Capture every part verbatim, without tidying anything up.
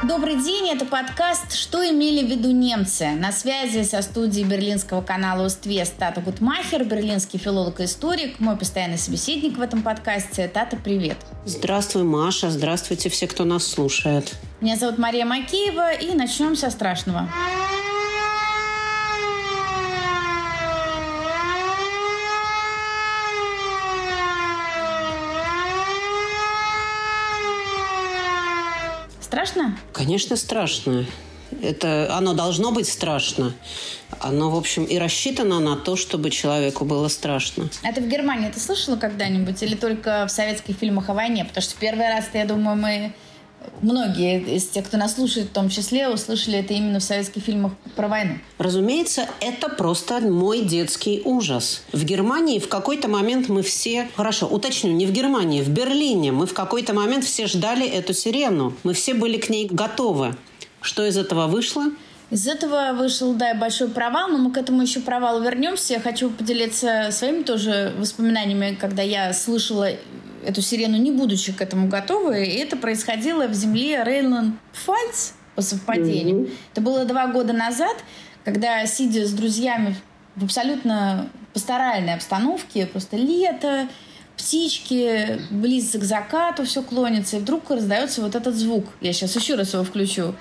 Добрый день, это подкаст «Что имели в виду немцы?». На связи со студией берлинского канала «Ост-Вест» Тата Гутмахер, берлинский филолог и историк, мой постоянный собеседник в этом подкасте. Тата, привет. Здравствуй, Маша, здравствуйте все, кто нас слушает. Меня зовут Мария Макеева, и начнем со страшного. Страшно? Конечно, страшно. Это, оно должно быть страшно. Оно, в общем, и рассчитано на то, чтобы человеку было страшно. А ты в Германии ты слышала когда-нибудь? Или только в советских фильмах о войне? Потому что первый раз, я думаю, мы... Многие из тех, кто нас слушает, в том числе, услышали это именно в советских фильмах про войну. Разумеется, это просто мой детский ужас. В Германии в какой-то момент мы все... Хорошо, уточню, не в Германии, в Берлине. Мы в какой-то момент все ждали эту сирену. Мы все были к ней готовы. Что из этого вышло? Из этого вышел, да, большой провал, но мы к этому еще провалу вернемся. Я хочу поделиться своими тоже воспоминаниями, когда я слышала эту сирену, не будучи к этому готовой. И это происходило в земле Рейнланд-Пфальц, по совпадению. Mm-hmm. Это было два года назад, когда, сидя с друзьями в абсолютно пасторальной обстановке, просто лето, птички, близко к закату, все клонится, и вдруг раздается вот этот звук. Я сейчас еще раз его включу.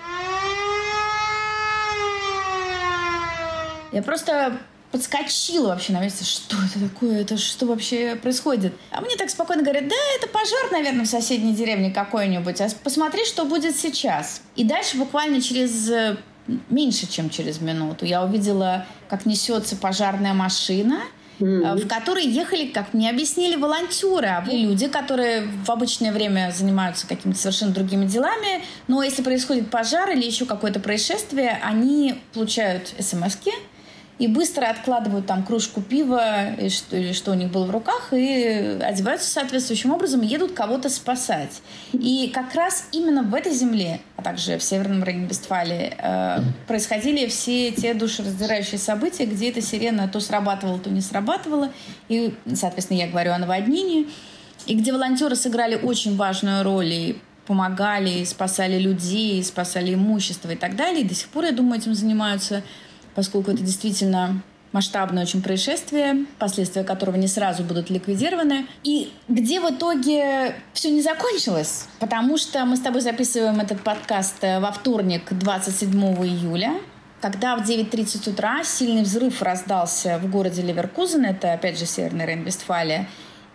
Я просто подскочила вообще на месте. Что это такое? Это что вообще происходит? А мне так спокойно говорят: да, это пожар, наверное, в соседней деревне какой-нибудь. А посмотри, что будет сейчас. И дальше буквально через... меньше, чем через минуту я увидела, как несется пожарная машина, mm-hmm. в которой ехали, как мне объяснили, волонтеры. Люди, которые в обычное время занимаются какими-то совершенно другими делами. Но если происходит пожар или еще какое-то происшествие, они получают смс-ки и быстро откладывают там кружку пива или что, или что у них было в руках, и одеваются соответствующим образом и едут кого-то спасать. И как раз именно в этой земле, а также в Северном Рейн-Вестфалии, э, происходили все те душераздирающие события, где эта сирена то срабатывала, то не срабатывала. И, соответственно, я говорю о наводнении. И где волонтеры сыграли очень важную роль и помогали, и спасали людей, и спасали имущество и так далее. И до сих пор, я думаю, этим занимаются, поскольку это действительно масштабное очень происшествие, последствия которого не сразу будут ликвидированы. И где в итоге все не закончилось, потому что мы с тобой записываем этот подкаст во вторник, двадцать седьмого июля, когда в девять тридцать утра сильный взрыв раздался в городе Леверкузен, это, опять же, Северная Рейн-Вестфалия,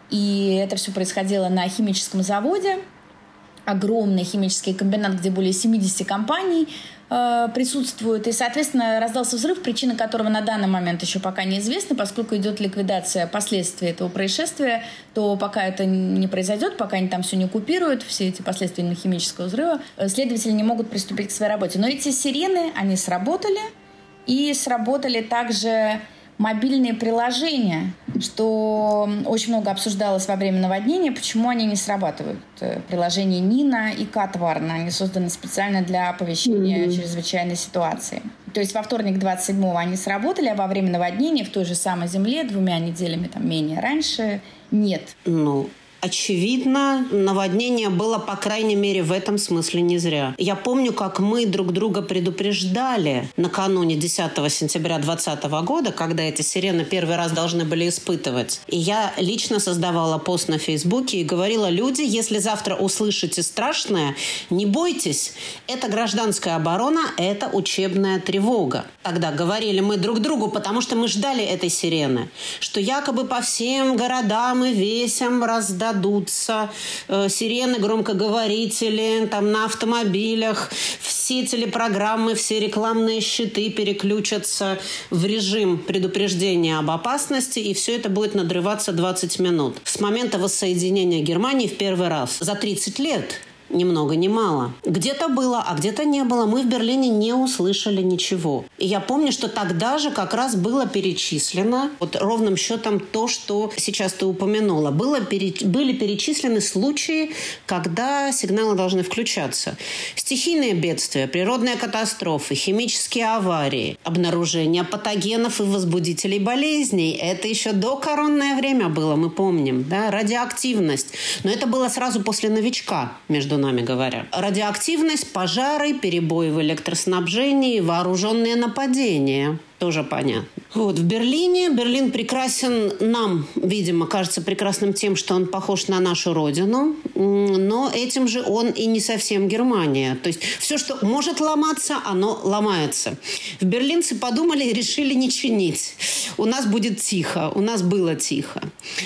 и это все происходило на химическом заводе, огромный химический комбинат, где более семьдесят компаний э, присутствуют. И, соответственно, раздался взрыв, причина которого на данный момент еще пока неизвестна, поскольку идет ликвидация последствий этого происшествия, то пока это не произойдет, пока они там все не купируют, все эти последствия химического взрыва, следователи не могут приступить к своей работе. Но эти сирены, они сработали, и сработали также мобильные приложения, что очень много обсуждалось во время наводнения, почему они не срабатывают. Приложения Нина и Катварна, они созданы специально для оповещения mm-hmm. чрезвычайной ситуации. То есть во вторник двадцать седьмого они сработали, а во время наводнения в той же самой земле двумя неделями там, менее раньше нет. Ну... Очевидно, наводнение было, по крайней мере, в этом смысле не зря. Я помню, как мы друг друга предупреждали накануне десятого сентября двадцатого года, когда эти сирены первый раз должны были испытывать. И я лично создавала пост на Фейсбуке и говорила: люди, если завтра услышите страшное, не бойтесь. Это гражданская оборона, это учебная тревога. Тогда говорили мы друг другу, потому что мы ждали этой сирены, что якобы по всем городам и весям раздали дадутся э, сирены, громкоговорители, там на автомобилях, все телепрограммы, все рекламные щиты переключатся в режим предупреждения об опасности, и все это будет надрываться двадцать минут. С момента воссоединения Германии в первый раз за тридцать лет. Ни много ни мало. Где-то было, а где-то не было. Мы в Берлине не услышали ничего. И я помню, что тогда же как раз было перечислено, вот ровным счетом то, что сейчас ты упомянула. Было пере... Были перечислены случаи, когда сигналы должны включаться. Стихийные бедствия, природные катастрофы, химические аварии, обнаружение патогенов и возбудителей болезней. Это еще до-коронное время было, мы помним. Да? Радиоактивность. Но это было сразу после новичка, между между нами говоря. Радиоактивность, пожары, перебои в электроснабжении, вооруженные нападения. Тоже понятно. Вот, в Берлине. Берлин прекрасен нам, видимо, кажется прекрасным тем, что он похож на нашу родину, но этим же он и не совсем Германия. То есть все, что может ломаться, оно ломается. В берлинцы подумали и решили не чинить. У нас будет тихо, у нас было тихо.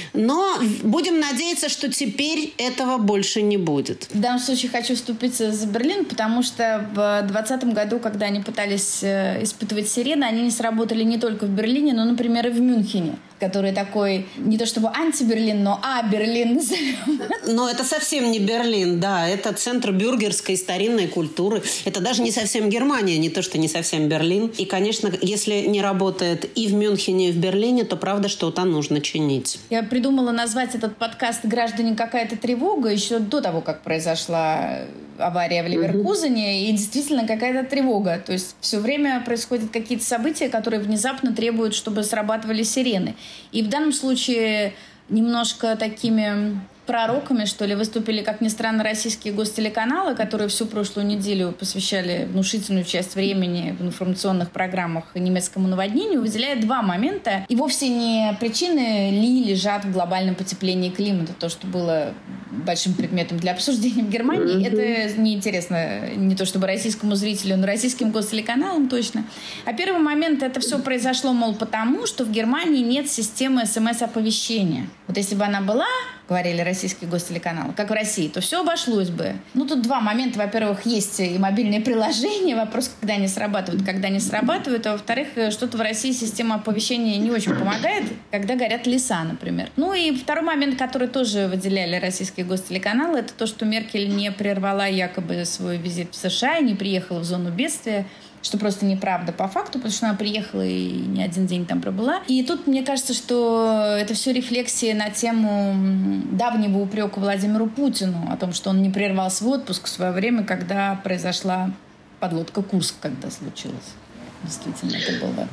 Но будем надеяться, что теперь этого больше не будет. В данном случае хочу вступиться за Берлин, потому что в двадцатом году, когда они пытались испытывать сирены, они не сработали не только в Берлине, но, например, и в Мюнхене, который такой, не то чтобы анти-Берлин, но а-Берлин назовем. Но это совсем не Берлин, да. Это центр бюргерской старинной культуры. Это даже не совсем Германия, не то, что не совсем Берлин. И, конечно, если не работает и в Мюнхене, и в Берлине, то правда что-то нужно чинить. Я придумала назвать этот подкаст «Граждане, какая-то тревога» еще до того, как произошла авария в Ливеркузене, и действительно какая-то тревога. То есть все время происходят какие-то события, которые внезапно требуют, чтобы срабатывали сирены. И в данном случае немножко такими пророками, что ли, выступили, как ни странно, российские гостелеканалы, которые всю прошлую неделю посвящали внушительную часть времени в информационных программах немецкому наводнению, выделяя два момента. И вовсе не причины ли лежат в глобальном потеплении климата, то, что было большим предметом для обсуждения в Германии. Mm-hmm. Это неинтересно не то чтобы российскому зрителю, но российским гостелеканалам точно. А первый момент, это все произошло, мол, потому, что в Германии нет системы смс-оповещения. Вот если бы она была, говорили российские гостелеканалы, как в России, то все обошлось бы. Ну, тут два момента. Во-первых, есть и мобильные приложения. Вопрос, когда они срабатывают, когда не срабатывают. А во-вторых, что-то в России система оповещения не очень помогает, когда горят леса, например. Ну и второй момент, который тоже выделяли российские гостелеканалы, это то, что Меркель не прервала якобы свой визит в США, не приехала в зону бедствия, что просто неправда по факту, потому что она приехала и не один день там пробыла. И тут мне кажется, что это все рефлексия на тему давнего упрека Владимиру Путину о том, что он не прервал свой отпуск в свое время, когда произошла подлодка «Курск», когда случилось. Действительно, это было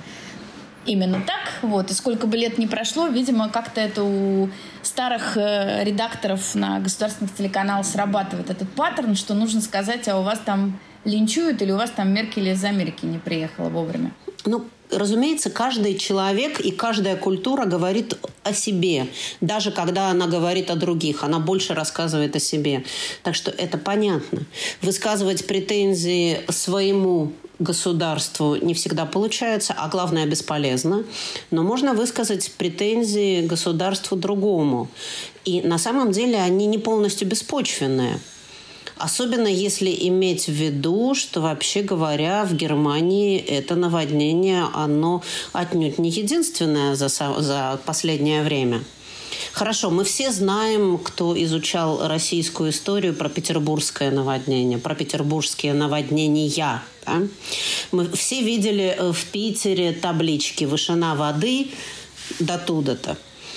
именно так. Вот. И сколько бы лет ни прошло, видимо, как-то это у старых э, редакторов на государственных телеканалах срабатывает этот паттерн, что нужно сказать, а у вас там линчуют или у вас там Меркель из Америки не приехала вовремя. Ну, разумеется, каждый человек и каждая культура говорит о себе. Даже когда она говорит о других, она больше рассказывает о себе. Так что это понятно. Высказывать претензии своему государству не всегда получается, а главное, бесполезно. Но можно высказать претензии государству другому. И на самом деле они не полностью беспочвенные. Особенно если иметь в виду, что, вообще говоря, в Германии это наводнение, оно отнюдь не единственное за, за последнее время. Хорошо, мы все знаем, кто изучал российскую историю, про петербургское наводнение, про петербургские наводнения. Да? Мы все видели в Питере таблички «Вышина воды» до туда-то.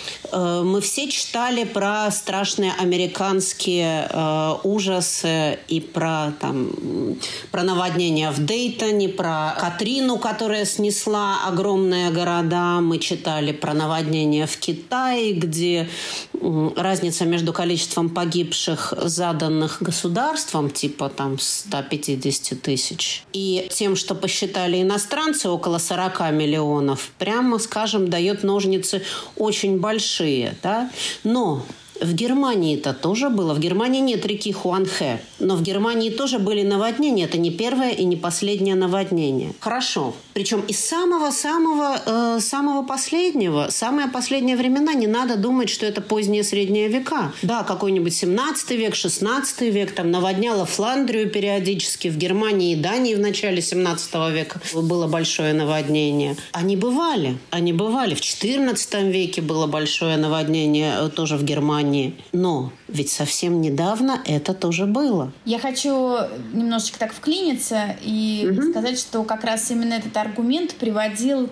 Мы все читали про страшные американские э, ужасы и про, там, про наводнение в Дейтоне, про Катрину, которая снесла огромные города. Мы читали про наводнение в Китае, где э, разница между количеством погибших, заданных государством, типа там сто пятьдесят тысяч, и тем, что посчитали иностранцы, около сорок миллионов, прямо, скажем, дает ножницы очень большие. Да? Но в Германии-то тоже было. В Германии нет реки Хуанхэ. Но в Германии тоже были наводнения. Это не первое и не последнее наводнение. Хорошо. Причем из самого-самого э, самого последнего, самые последние времена, не надо думать, что это поздние средние века. Да, какой-нибудь семнадцатый век, шестнадцатый век, там наводняло Фландрию периодически. В Германии и Дании в начале семнадцатого века было большое наводнение. Они бывали. Они бывали. В четырнадцатом веке было большое наводнение тоже в Германии. Но ведь совсем недавно это тоже было. Я хочу немножечко так вклиниться и угу. сказать, что как раз именно этот аргумент приводил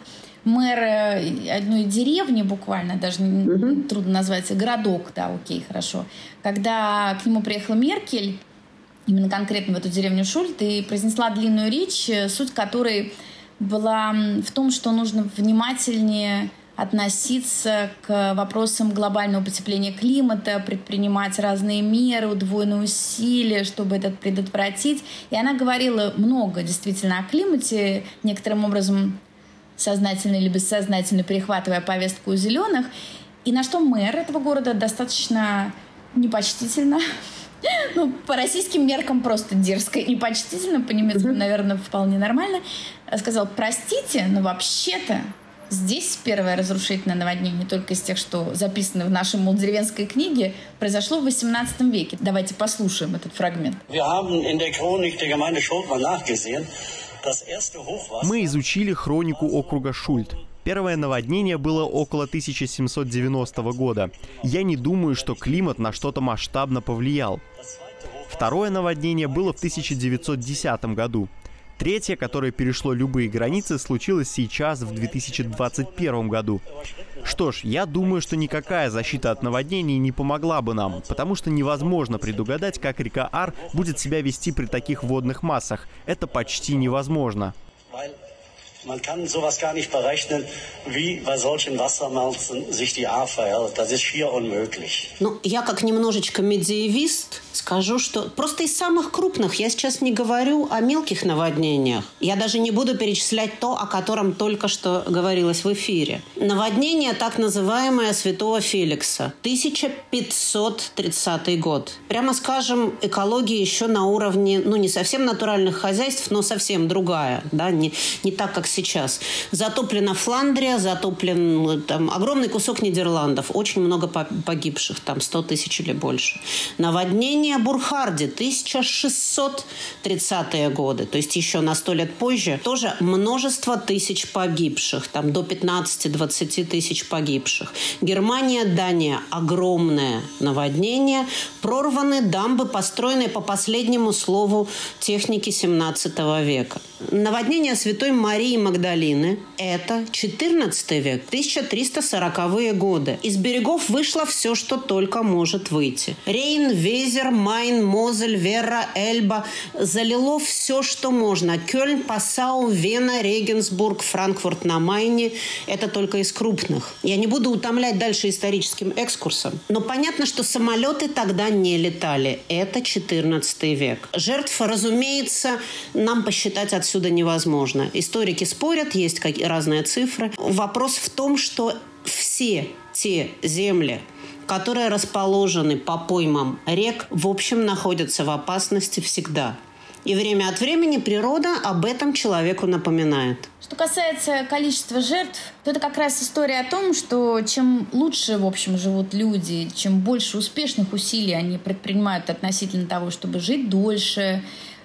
мэр одной деревни, буквально, даже угу. трудно назвать, городок, да, окей, хорошо. Когда к нему приехала Меркель, именно конкретно в эту деревню Шульт, и произнесла длинную речь, суть которой была в том, что нужно внимательнее относиться к вопросам глобального потепления климата, предпринимать разные меры, удвоенные усилия, чтобы это предотвратить. И она говорила много действительно о климате, некоторым образом сознательно или бессознательно перехватывая повестку у зеленых. И на что мэр этого города достаточно непочтительно, ну, по российским меркам просто дерзко и непочтительно, по немецкому, наверное, вполне нормально, сказал: простите, но вообще-то здесь первое разрушительное наводнение, только из тех, что записаны в нашей молдеревенской книге, произошло в восемнадцатом веке. Давайте послушаем этот фрагмент. Мы изучили хронику округа Шульт. Первое наводнение было около тысяча семьсот девяностого года. Я не думаю, что климат на что-то масштабно повлиял. Второе наводнение было в тысяча девятьсот десятом году. Третье, которое перешло любые границы, случилось сейчас, в две тысячи двадцать первом году. Что ж, я думаю, что никакая защита от наводнений не помогла бы нам, потому что невозможно предугадать, как река Ар будет себя вести при таких водных массах. Это почти невозможно. Man kann sowas gar nicht berechnen, wie bei solchen Wassermassen sich die Ahr verhält. Das ist schier unmöglich. Ну, я как немножечко медиевист скажу, что просто из самых крупных, я сейчас не говорю о мелких наводнениях. Я даже не буду перечислять то, о котором только что говорилось в эфире. Наводнение, так называемое Святого Феликса, тысяча пятьсот тридцатый год. Прямо скажем, экология еще на уровне, ну, не совсем натуральных хозяйств, но совсем другая, да, не, не так, как сейчас. Затоплена Фландрия, затоплен там огромный кусок Нидерландов, очень много погибших, там сто тысяч или больше. Наводнение Бурхарди, тысяча шестьсот тридцатые годы, то есть еще на сто лет позже, тоже множество тысяч погибших, там до пятнадцати-двадцати тысяч погибших. Германия, Дания, огромное наводнение, прорваны дамбы, построенные по последнему слову техники семнадцатого века. Наводнение Святой Марии Магдалины – это четырнадцатый век, тысяча триста сороковые годы. Из берегов вышло все, что только может выйти. Рейн, Везер, Майн, Мозель, Вера, Эльба. Залило все, что можно. Кёльн, Пассау, Вена, Регенсбург, Франкфурт на Майне – это только из крупных. Я не буду утомлять дальше историческим экскурсом. Но понятно, что самолеты тогда не летали. Это четырнадцатый век. Жертв, разумеется, нам посчитать отсюда невозможно. Историки спорят, есть разные цифры. Вопрос в том, что все те земли, которые расположены по поймам рек, в общем, находятся в опасности всегда. И время от времени природа об этом человеку напоминает. Что касается количества жертв, то это как раз история о том, что чем лучше, в общем, живут люди, чем больше успешных усилий они предпринимают относительно того, чтобы жить дольше,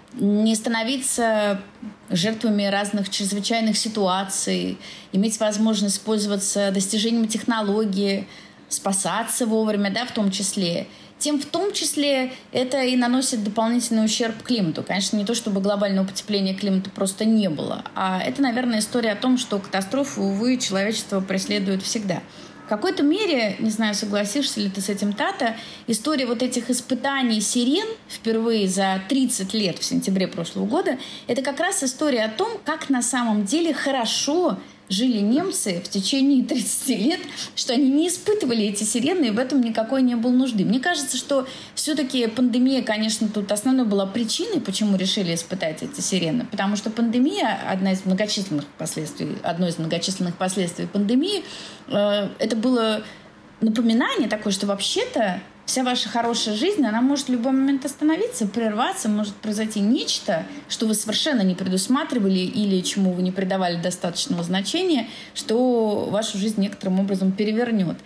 не становиться жертвами разных чрезвычайных ситуаций, иметь возможность пользоваться достижением технологии, спасаться вовремя, да, в том числе, тем в том числе это и наносит дополнительный ущерб климату. Конечно, не то, чтобы глобального потепления климата просто не было, а это, наверное, история о том, что катастрофы, увы, человечество преследует всегда. В какой-то мере, не знаю, согласишься ли ты с этим, Тата, история вот этих испытаний сирен впервые за тридцать лет в сентябре прошлого года, это как раз история о том, как на самом деле хорошо жили немцы в течение тридцати лет, что они не испытывали эти сирены, и в этом никакой не было нужды. Мне кажется, что все-таки пандемия, конечно, тут основной была причиной, почему решили испытать эти сирены, потому что пандемия, одна из многочисленных последствий, одно из многочисленных последствий пандемии, э, это было напоминание такое, что вообще-то вся ваша хорошая жизнь, она может в любой момент остановиться, прерваться, может произойти нечто, что вы совершенно не предусматривали или чему вы не придавали достаточного значения, что вашу жизнь некоторым образом перевернет.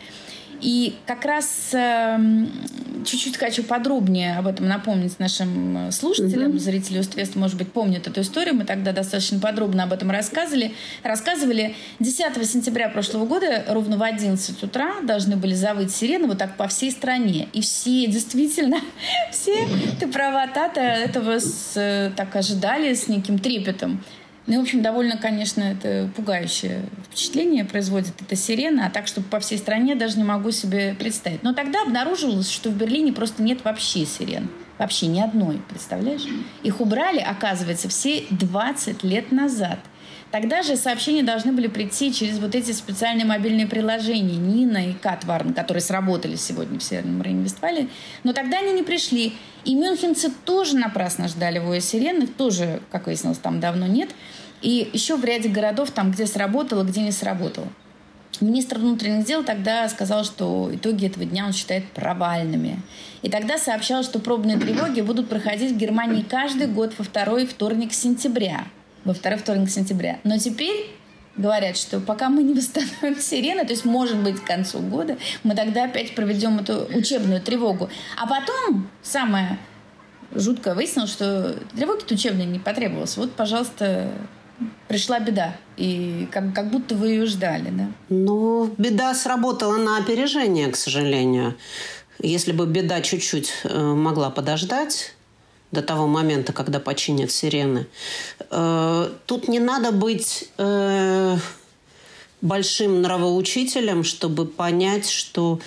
И как раз э, чуть-чуть хочу подробнее об этом напомнить нашим слушателям. Mm-hmm. Зрители Усть-Вест, может быть, помнят эту историю. Мы тогда достаточно подробно об этом рассказывали. Рассказывали. десятого сентября прошлого года ровно в одиннадцать утра должны были завыть сирены вот так по всей стране. И все, действительно, все, ты права, Тата, этого с, так ожидали с неким трепетом. Ну, в общем, довольно, конечно, это пугающее впечатление производит эта сирена, а так, чтобы по всей стране, даже не могу себе представить. Но тогда обнаружилось, что в Берлине просто нет вообще сирен. Вообще ни одной, представляешь? Их убрали, оказывается, все двадцать лет назад. Тогда же сообщения должны были прийти через вот эти специальные мобильные приложения Нина и Катварн, которые сработали сегодня в Северном Рейн-Вестфалии. Но тогда они не пришли. И мюнхенцы тоже напрасно ждали воя сирен. Их тоже, как выяснилось, там давно нет. И еще в ряде городов, там, где сработало, где не сработало. Министр внутренних дел тогда сказал, что итоги этого дня он считает провальными. И тогда сообщал, что пробные тревоги будут проходить в Германии каждый год во второй вторник сентября. Во второй вторник сентября. Но теперь говорят, что пока мы не восстановим сирены, то есть, может быть, к концу года, мы тогда опять проведем эту учебную тревогу. А потом самое жуткое выяснилось, что тревоги-то учебной не потребовалось. Вот, пожалуйста, пришла беда. И как, как будто вы ее ждали, да? Ну, беда сработала на опережение, к сожалению. Если бы беда чуть-чуть э, могла подождать до того момента, когда починят сирены, э, тут не надо быть э, большим нравоучителем, чтобы понять, что,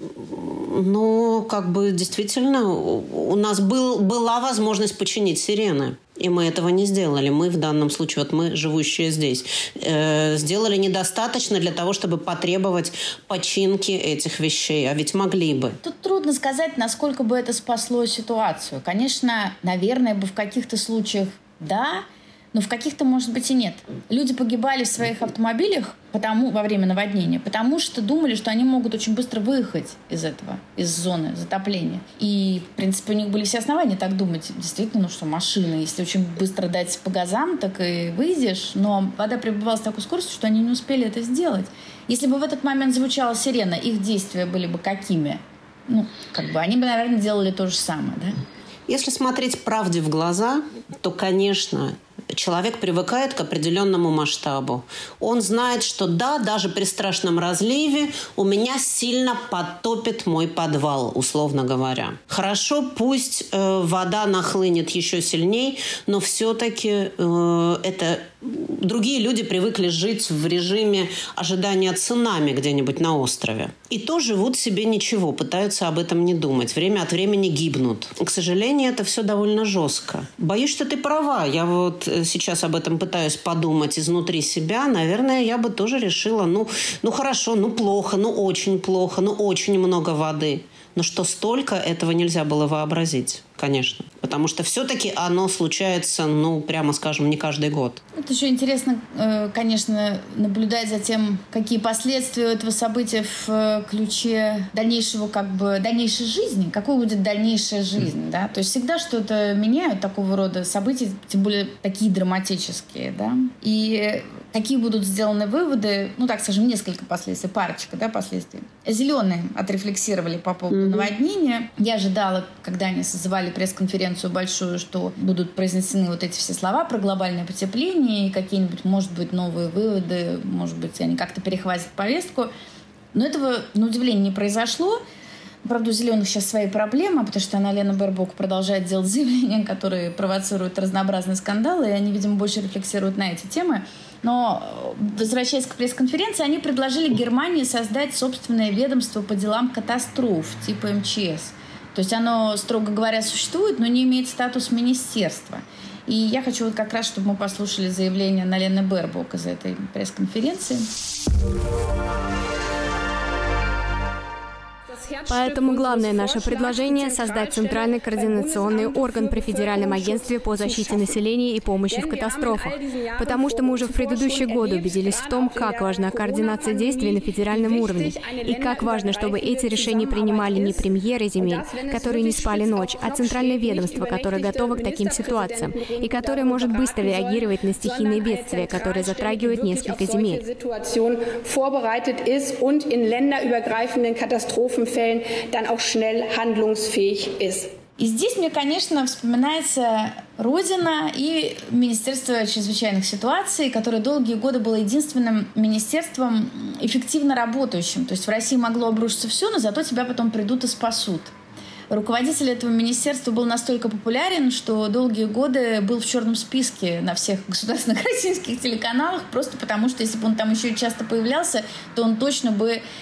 ну, как бы действительно у нас был, была возможность починить сирены. И мы этого не сделали. Мы в данном случае, вот мы, живущие здесь, э, сделали недостаточно для того, чтобы потребовать починки этих вещей. А ведь могли бы. Тут трудно сказать, насколько бы это спасло ситуацию. Конечно, наверное, бы в каких-то случаях да, но в каких-то, может быть, и нет. Люди погибали в своих автомобилях потому, во время наводнения, потому что думали, что они могут очень быстро выехать из этого, из зоны затопления. И, в принципе, у них были все основания так думать. Действительно, ну что, машина, если очень быстро дать по газам, так и выйдешь. Но вода прибывала с такой скоростью, что они не успели это сделать. Если бы в этот момент звучала сирена, их действия были бы какими? Ну, как бы они бы, наверное, делали то же самое, да? Если смотреть правде в глаза, то, конечно, человек привыкает к определенному масштабу. Он знает, что да, даже при страшном разливе у меня сильно подтопит мой подвал, условно говоря. Хорошо, пусть э, вода нахлынет еще сильней, но все-таки э, это... Другие люди привыкли жить в режиме ожидания цунами где-нибудь на острове. И то живут себе ничего, пытаются об этом не думать. Время от времени гибнут. К сожалению, это все довольно жестко. Боюсь, что ты права. Я вот сейчас об этом пытаюсь подумать изнутри себя. Наверное, я бы тоже решила, ну, ну хорошо, ну плохо, ну очень плохо, ну очень много воды. Но что столько, этого нельзя было вообразить, конечно. Потому что все-таки оно случается, ну, прямо скажем, не каждый год. Это еще интересно, конечно, наблюдать за тем, какие последствия этого события в ключе дальнейшего, как бы, дальнейшей жизни. Какой будет дальнейшая жизнь, да? То есть всегда что-то меняют такого рода события, тем более такие драматические, да? И какие будут сделаны выводы, ну, так скажем, несколько последствий, парочка, да, последствий. Зеленые отрефлексировали по поводу наводнения. Я ожидала, когда они созывали пресс-конференцию большую, что будут произнесены вот эти все слова про глобальное потепление и какие-нибудь, может быть, новые выводы, может быть, они как-то перехватят повестку. Но этого, на удивление, не произошло. Правда, у «Зеленых» сейчас свои проблемы, потому что Анна-Лена Бербок продолжает делать заявления, которые провоцируют разнообразные скандалы, и они, видимо, больше рефлексируют на эти темы. Но, возвращаясь к пресс-конференции, они предложили Германии создать собственное ведомство по делам катастроф, типа эм че эс. То есть оно, строго говоря, существует, но не имеет статус министерства. И я хочу вот как раз, чтобы мы послушали заявление Анны-Лены Бербок из этой пресс-конференции. Поэтому главное наше предложение – создать центральный координационный орган при Федеральном агентстве по защите населения и помощи в катастрофах. Потому что мы уже в предыдущие годы убедились в том, как важна координация действий на федеральном уровне. И как важно, чтобы эти решения принимали не премьеры земель, которые не спали ночь, а центральное ведомство, которое готово к таким ситуациям и которое может быстро реагировать на стихийные бедствия, которые затрагивают несколько земель. Dann auch schnell handlungsfähig ist. И здесь мне, конечно, вспоминается Родина и Министерство чрезвычайных ситуаций, которое долгие годы было единственным министерством эффективно работающим. То есть в России могло обрушиться все, но зато тебя потом придут и спасут. Руководитель этого министерства был настолько популярен, что долгие годы был в черном списке на всех государственных российских телеканалах, просто потому что если бы он там еще часто появлялся, то он точно бы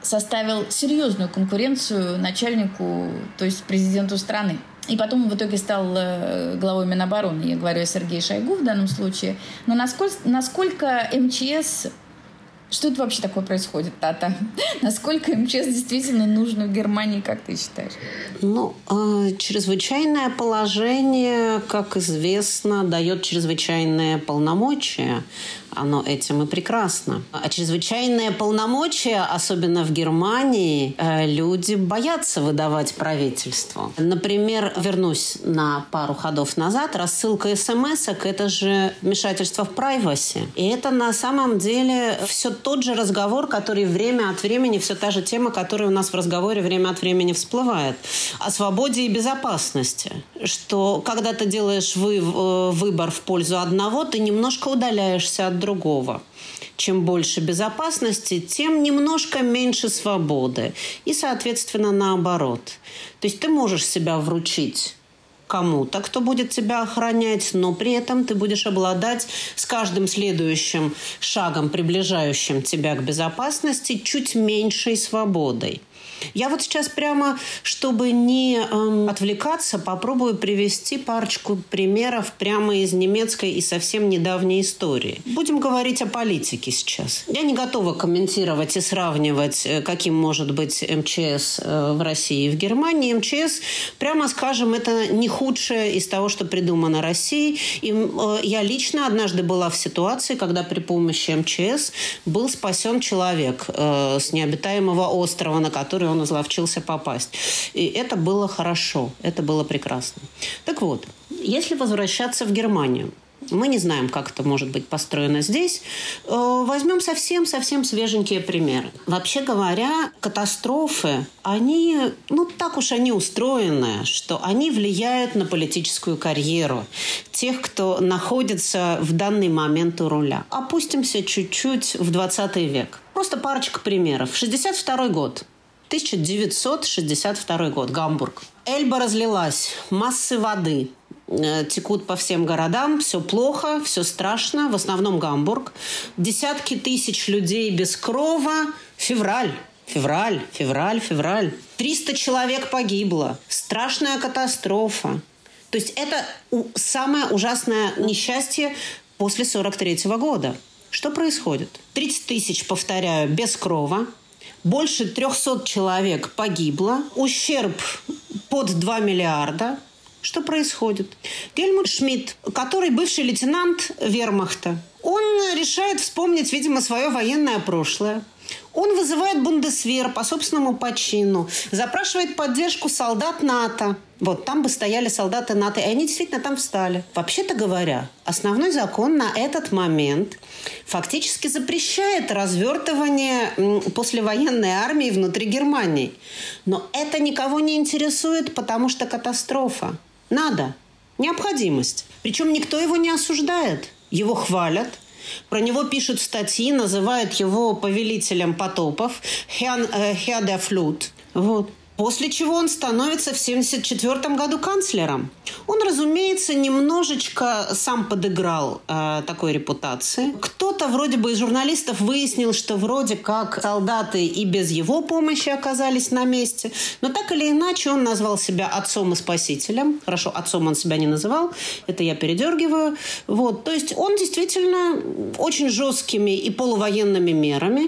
составил серьезную конкуренцию начальнику, то есть президенту страны. И потом в итоге стал главой Минобороны. Я говорю о Сергее Шойгу в данном случае. Но насколько, насколько МЧС... Что это вообще такое происходит, Тата? Насколько МЧС действительно нужно в Германии, как ты считаешь? Ну, э, чрезвычайное положение, как известно, дает чрезвычайные полномочия. Оно этим и прекрасно. А чрезвычайные полномочия, особенно в Германии, э, люди боятся выдавать правительству. Например, вернусь на пару ходов назад, рассылка смс-ок – это же вмешательство в privacy. И это на самом деле все тот же разговор, который время от времени, все та же тема, которая у нас в разговоре время от времени всплывает. О свободе и безопасности. Что когда ты делаешь вы, выбор в пользу одного, ты немножко удаляешься от другого. Чем больше безопасности, тем немножко меньше свободы. И, соответственно, наоборот. То есть ты можешь себя вручить кому-то, кто будет тебя охранять, но при этом ты будешь обладать с каждым следующим шагом, приближающим тебя к безопасности, чуть меньшей свободой. Я вот сейчас прямо, чтобы не э, отвлекаться, попробую привести парочку примеров прямо из немецкой и совсем недавней истории. Будем говорить о политике сейчас. Я не готова комментировать и сравнивать, каким может быть МЧС в России и в Германии. МЧС, прямо скажем, это не худшее из того, что придумано Россией. И э, я лично однажды была в ситуации, когда при помощи МЧС был спасен человек э, с необитаемого острова, на который он изловчился попасть. И это было хорошо, это было прекрасно. Так вот, если возвращаться в Германию, мы не знаем, как это может быть построено здесь. Возьмем совсем-совсем свеженькие примеры. Вообще говоря, катастрофы, они, ну так уж они устроены, что они влияют на политическую карьеру тех, кто находится в данный момент у руля. Опустимся чуть-чуть в двадцатый век. Просто парочка примеров. шестьдесят второй год. тысяча девятьсот шестьдесят второй год. Гамбург. Эльба разлилась. Массы воды э, текут по всем городам. Все плохо, все страшно. В основном Гамбург. Десятки тысяч людей без крова. Февраль. Февраль. Февраль. Февраль. триста человек погибло. Страшная катастрофа. То есть это у, самое ужасное несчастье после сорок третьего года. Что происходит? тридцать тысяч, повторяю, без крова. Больше трехсот человек погибло. Ущерб под два миллиарда. Что происходит? Гельмут Шмидт, который бывший лейтенант вермахта, он решает вспомнить, видимо, свое военное прошлое. Он вызывает бундесвер по собственному почину, запрашивает поддержку солдат НАТО. Вот, там бы стояли солдаты НАТО, и они действительно там встали. Вообще-то говоря, основной закон на этот момент фактически запрещает развертывание послевоенной армии внутри Германии. Но это никого не интересует, потому что катастрофа. Надо. Необходимость. Причем никто его не осуждает. Его хвалят. Про него пишут статьи, называют его повелителем потопов. Herr, äh, Herr der Flut. Вот. После чего он становится в семьдесят четвёртом году канцлером. Он, разумеется, немножечко сам подыграл э, такой репутации. Кто-то вроде бы из журналистов выяснил, что вроде как солдаты и без его помощи оказались на месте. Но так или иначе он назвал себя отцом и спасителем. Хорошо, отцом он себя не называл. Это я передергиваю. Вот. То есть он действительно очень жесткими и полувоенными мерами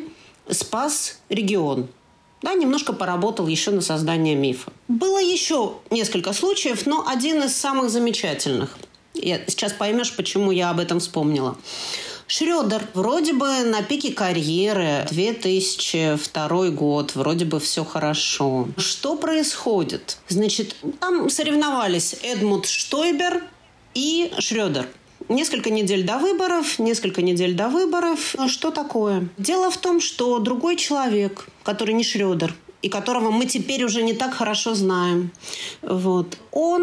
спас регион. Да, немножко поработал еще на создание мифа. Было еще несколько случаев, но один из самых замечательных. Я, сейчас поймешь, почему я об этом вспомнила. Шрёдер. Вроде бы на пике карьеры, две тысячи второй год, вроде бы все хорошо. Что происходит? Значит, там соревновались Эдмунд Штойбер и Шрёдер. Несколько недель до выборов, несколько недель до выборов. Что такое? Дело в том, что другой человек, который не Шрёдер, и которого мы теперь уже не так хорошо знаем, вот,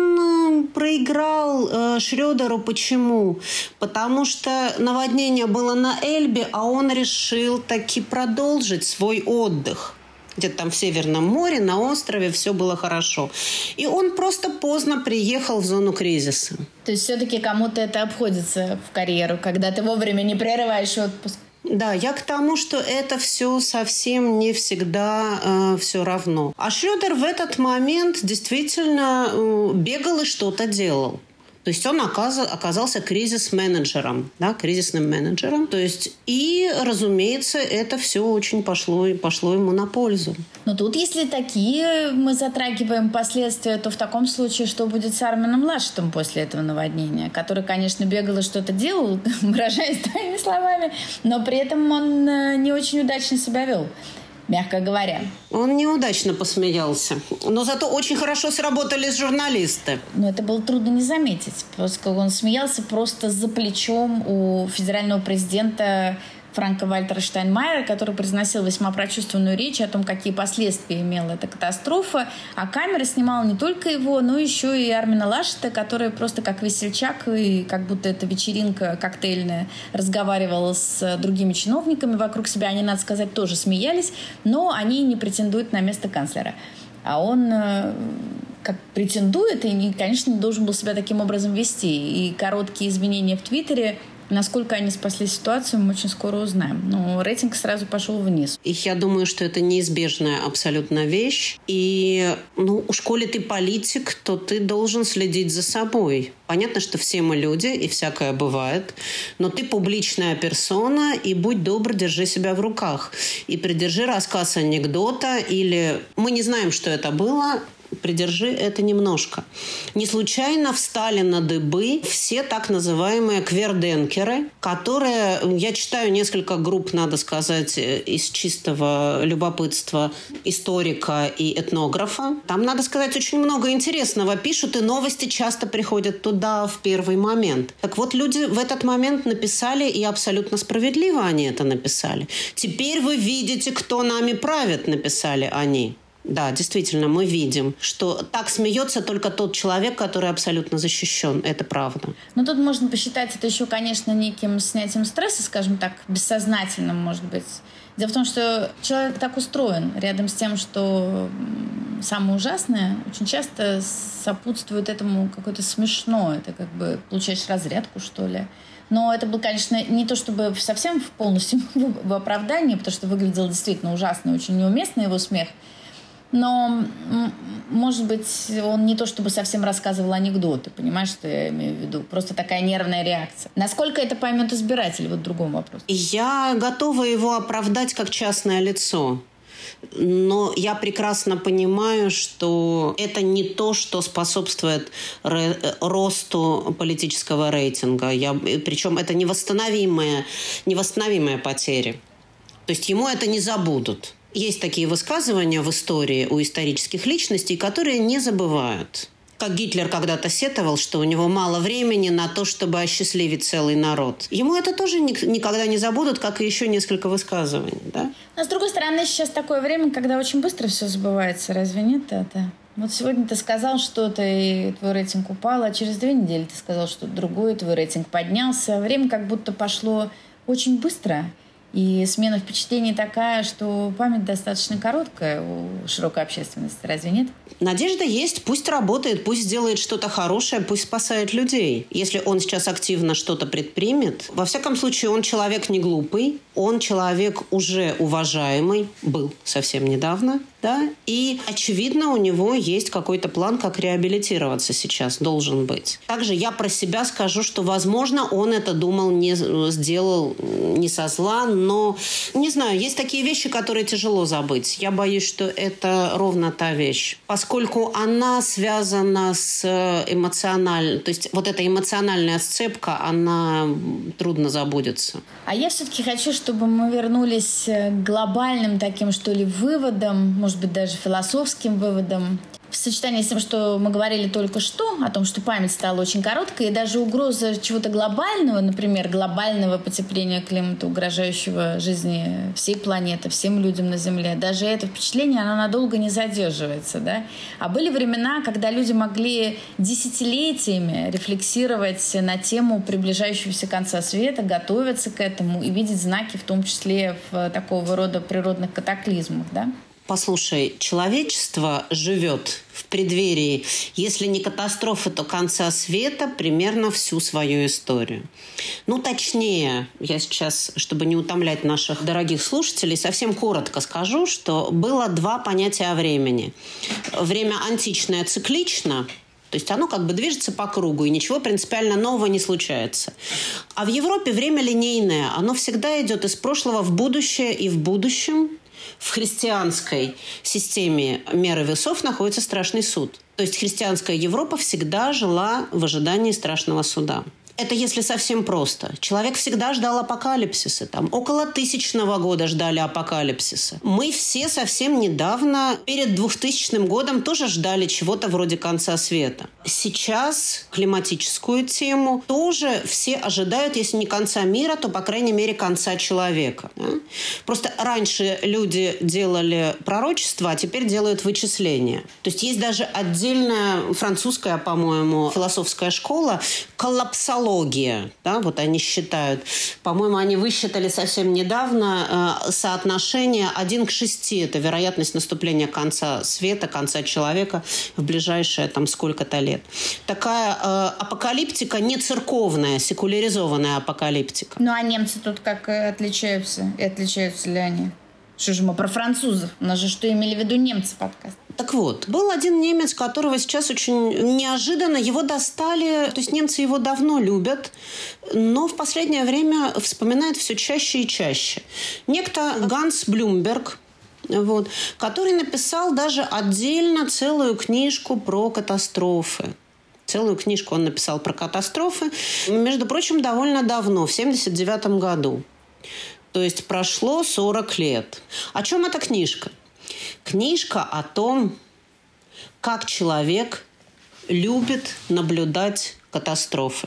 он проиграл э, Шрёдеру. Почему? Потому что наводнение было на Эльбе, а он решил таки продолжить свой отдых. Где-то там в Северном море, на острове, все было хорошо. И он просто поздно приехал в зону кризиса. То есть все-таки кому-то это обходится в карьеру, когда ты вовремя не прерываешь отпуск? Да, я к тому, что это все совсем не всегда э, все равно. А Шрёдер в этот момент действительно э, бегал и что-то делал. То есть он оказался кризис-менеджером, да, кризисным менеджером. То есть и, разумеется, это все очень пошло, пошло ему на пользу. Но тут, если такие мы затрагиваем последствия, то в таком случае что будет с Армином Лашетом после этого наводнения, который, конечно, бегал и что-то делал, выражаясь твоими словами, но при этом он не очень удачно себя вел, мягко говоря. Он неудачно посмеялся. Но зато очень хорошо сработали журналисты. Но это было трудно не заметить, поскольку он смеялся просто за плечом у федерального президента Франка Вальтера Штайнмайера, который произносил весьма прочувственную речь о том, какие последствия имела эта катастрофа. А камера снимала не только его, но еще и Армина Лашета, который просто как весельчак, и как будто это вечеринка коктейльная, разговаривал с другими чиновниками вокруг себя. Они, надо сказать, тоже смеялись, но они не претендуют на место канцлера. А он как претендует и, конечно, должен был себя таким образом вести. И короткие изменения в Твиттере, насколько они спасли ситуацию, мы очень скоро узнаем. Но рейтинг сразу пошел вниз. И я думаю, что это неизбежная абсолютно вещь. И, ну, уж коли ты политик, то ты должен следить за собой. Понятно, что все мы люди, и всякое бывает. Но ты публичная персона, и будь добр, держи себя в руках. И придержи рассказ анекдота, или мы не знаем, что это было, придержи это немножко. Не случайно встали на дыбы все так называемые кверденкеры, которые, я читаю несколько групп, надо сказать, из чистого любопытства историка и этнографа. Там, надо сказать, очень много интересного пишут, и новости часто приходят туда в первый момент. Так вот, люди в этот момент написали, и абсолютно справедливо они это написали. «Теперь вы видите, кто нами правит», написали они. Да, действительно, мы видим, что так смеется только тот человек, который абсолютно защищен. Это правда. Но тут можно посчитать это еще, конечно, неким снятием стресса, скажем так, бессознательным, может быть. Дело в том, что человек так устроен. Рядом с тем, что самое ужасное, очень часто сопутствует этому какое-то смешное. Это как бы получаешь разрядку, что ли. Но это было, конечно, не то чтобы совсем полностью в оправдании, потому что выглядело действительно ужасно, очень неуместно его смех. Но, может быть, он не то чтобы совсем рассказывал анекдоты, понимаешь, что я имею в виду? Просто такая нервная реакция. Насколько это поймет избиратель, вот другой вопрос. Я готова его оправдать как частное лицо. Но я прекрасно понимаю, что это не то, что способствует росту политического рейтинга. Я, причем это невосстановимые, невосстановимые потери. То есть ему это не забудут. Есть такие высказывания в истории у исторических личностей, которые не забывают. Как Гитлер когда-то сетовал, что у него мало времени на то, чтобы осчастливить целый народ. Ему это тоже никогда не забудут, как и еще несколько высказываний. Да? Но, с другой стороны, сейчас такое время, когда очень быстро все забывается. Разве нет это? Вот сегодня ты сказал что-то, и твой рейтинг упал, а через две недели ты сказал что-то другое, твой рейтинг поднялся. Время как будто пошло очень быстро. И смена впечатлений такая, что память достаточно короткая у широкой общественности. Разве нет? Надежда есть. Пусть работает, пусть делает что-то хорошее, пусть спасает людей. Если он сейчас активно что-то предпримет, во всяком случае, он человек не глупый, он человек уже уважаемый, был совсем недавно, да, и, очевидно, у него есть какой-то план, как реабилитироваться сейчас, должен быть. Также я про себя скажу, что, возможно, он это думал, не сделал не со зла, но, не знаю, есть такие вещи, которые тяжело забыть. Я боюсь, что это ровно та вещь. Поскольку она связана с эмоциональной, то есть вот эта эмоциональная сцепка, она трудно забудется. А я все-таки хочу, чтобы мы вернулись к глобальным таким, что ли, выводам, может быть, даже философским выводам. В сочетании с тем, что мы говорили только что, о том, что память стала очень короткой, и даже угроза чего-то глобального, например, глобального потепления климата, угрожающего жизни всей планеты, всем людям на Земле, даже это впечатление, оно надолго не задерживается. Да? А были времена, когда люди могли десятилетиями рефлексировать на тему приближающегося конца света, готовиться к этому и видеть знаки, в том числе в такого рода природных катаклизмах. Да? Послушай, человечество живет в преддверии, если не катастрофы, то конца света, примерно всю свою историю. Ну, точнее, я сейчас, чтобы не утомлять наших дорогих слушателей, совсем коротко скажу, что было два понятия о времени. Время античное циклично, то есть оно как бы движется по кругу, и ничего принципиально нового не случается. А в Европе время линейное, оно всегда идет из прошлого в будущее, и в будущем в христианской системе меры весов находится страшный суд. То есть христианская Европа всегда жила в ожидании страшного суда. Это если совсем просто. Человек всегда ждал апокалипсиса. Там, около тысячного года ждали апокалипсиса. Мы все совсем недавно, перед двухтысячным годом, тоже ждали чего-то вроде конца света. Сейчас климатическую тему тоже все ожидают, если не конца мира, то, по крайней мере, конца человека. Да? Просто раньше люди делали пророчества, а теперь делают вычисления. То есть есть даже отдельная французская, по-моему, философская школа коллапсология. Да, вот они считают. По-моему, они высчитали совсем недавно э, соотношение один к шести. Это вероятность наступления конца света, конца человека в ближайшие там сколько-то лет. Такая э, апокалиптика не церковная, секуляризованная апокалиптика. Ну, а немцы тут как отличаются? И отличаются ли они? Что же мы про французов? У нас же что имели в виду немцы подкаст? Так вот, был один немец, которого сейчас очень неожиданно его достали. То есть немцы его давно любят, но в последнее время вспоминают все чаще и чаще. Некто Ганс Блумберг, вот, который написал даже отдельно целую книжку про катастрофы. Целую книжку он написал про катастрофы, между прочим, довольно давно, в семьдесят девятом году. То есть прошло сорок лет. О чем эта книжка? Книжка о том, как человек любит наблюдать катастрофы.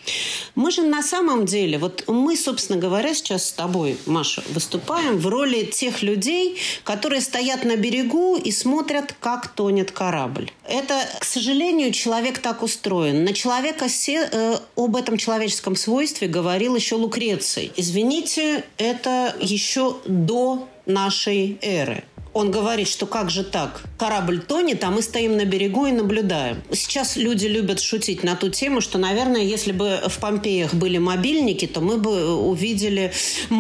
Мы же на самом деле, вот мы, собственно говоря, сейчас с тобой, Маша, выступаем в роли тех людей, которые стоят на берегу и смотрят, как тонет корабль. Это, к сожалению, человек так устроен. На человека се, э, об этом человеческом свойстве говорил еще Лукреций. Извините, это еще до нашей эры. Он говорит, что как же так? Корабль тонет, а мы стоим на берегу и наблюдаем. Сейчас люди любят шутить на ту тему, что, наверное, если бы в Помпеях были мобильники, то мы бы увидели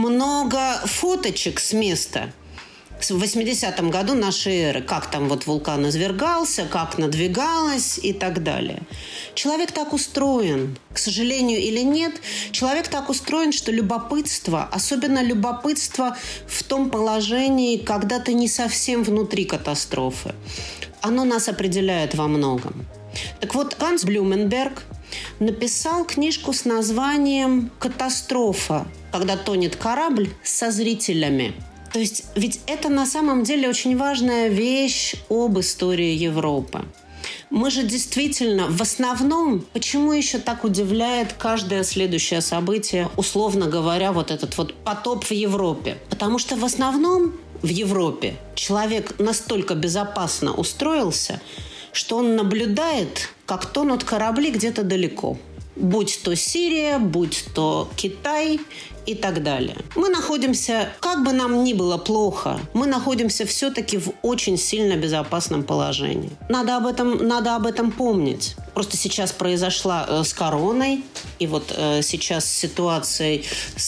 много фоточек с места. В восьмидесятом году нашей эры. Как там вот вулкан извергался, как надвигалось и так далее. Человек так устроен. К сожалению или нет, человек так устроен, что любопытство, особенно любопытство в том положении, когда ты не совсем внутри катастрофы, оно нас определяет во многом. Так вот, Ганс Блюменберг написал книжку с названием «Катастрофа. Когда тонет корабль со зрителями». То есть ведь это на самом деле очень важная вещь об истории Европы. Мы же действительно, в основном, почему еще так удивляет каждое следующее событие, условно говоря, вот этот вот потоп в Европе? Потому что в основном в Европе человек настолько безопасно устроился, что он наблюдает, как тонут корабли где-то далеко. Будь то Сирия, будь то Китай и так далее. Мы находимся, как бы нам ни было плохо, мы находимся все-таки в очень сильно безопасном положении. Надо об этом, надо об этом помнить. Просто сейчас произошла э, с короной, и вот э, сейчас с ситуацией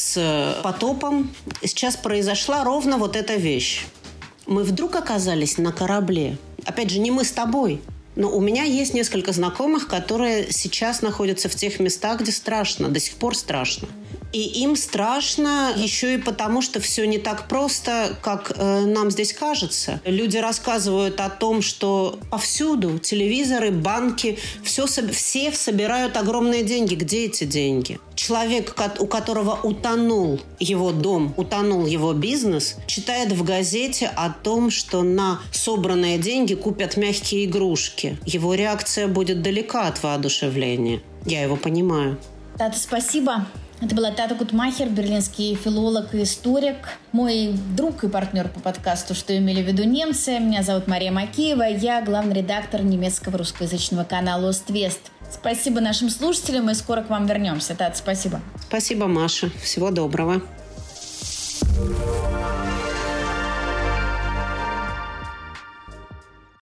с потопом, сейчас произошла ровно вот эта вещь. Мы вдруг оказались на корабле. Опять же, не мы с тобой. Но у меня есть несколько знакомых, которые сейчас находятся в тех местах, где страшно, до сих пор страшно. И им страшно еще и потому, что все не так просто, как э, нам здесь кажется. Люди рассказывают о том, что повсюду телевизоры, банки, все, все собирают огромные деньги. Где эти деньги? Человек, у которого утонул его дом, утонул его бизнес, читает в газете о том, что на собранные деньги купят мягкие игрушки. Его реакция будет далека от воодушевления. Я его понимаю. Тата, спасибо. Это была Тата Гутмахер, берлинский филолог и историк, мой друг и партнер по подкасту «Что имели в виду немцы». Меня зовут Мария Макеева, я главный редактор немецкого русскоязычного канала «Ост-Вест». Спасибо нашим слушателям, и скоро к вам вернемся. Тата, спасибо. Спасибо, Маша. Всего доброго.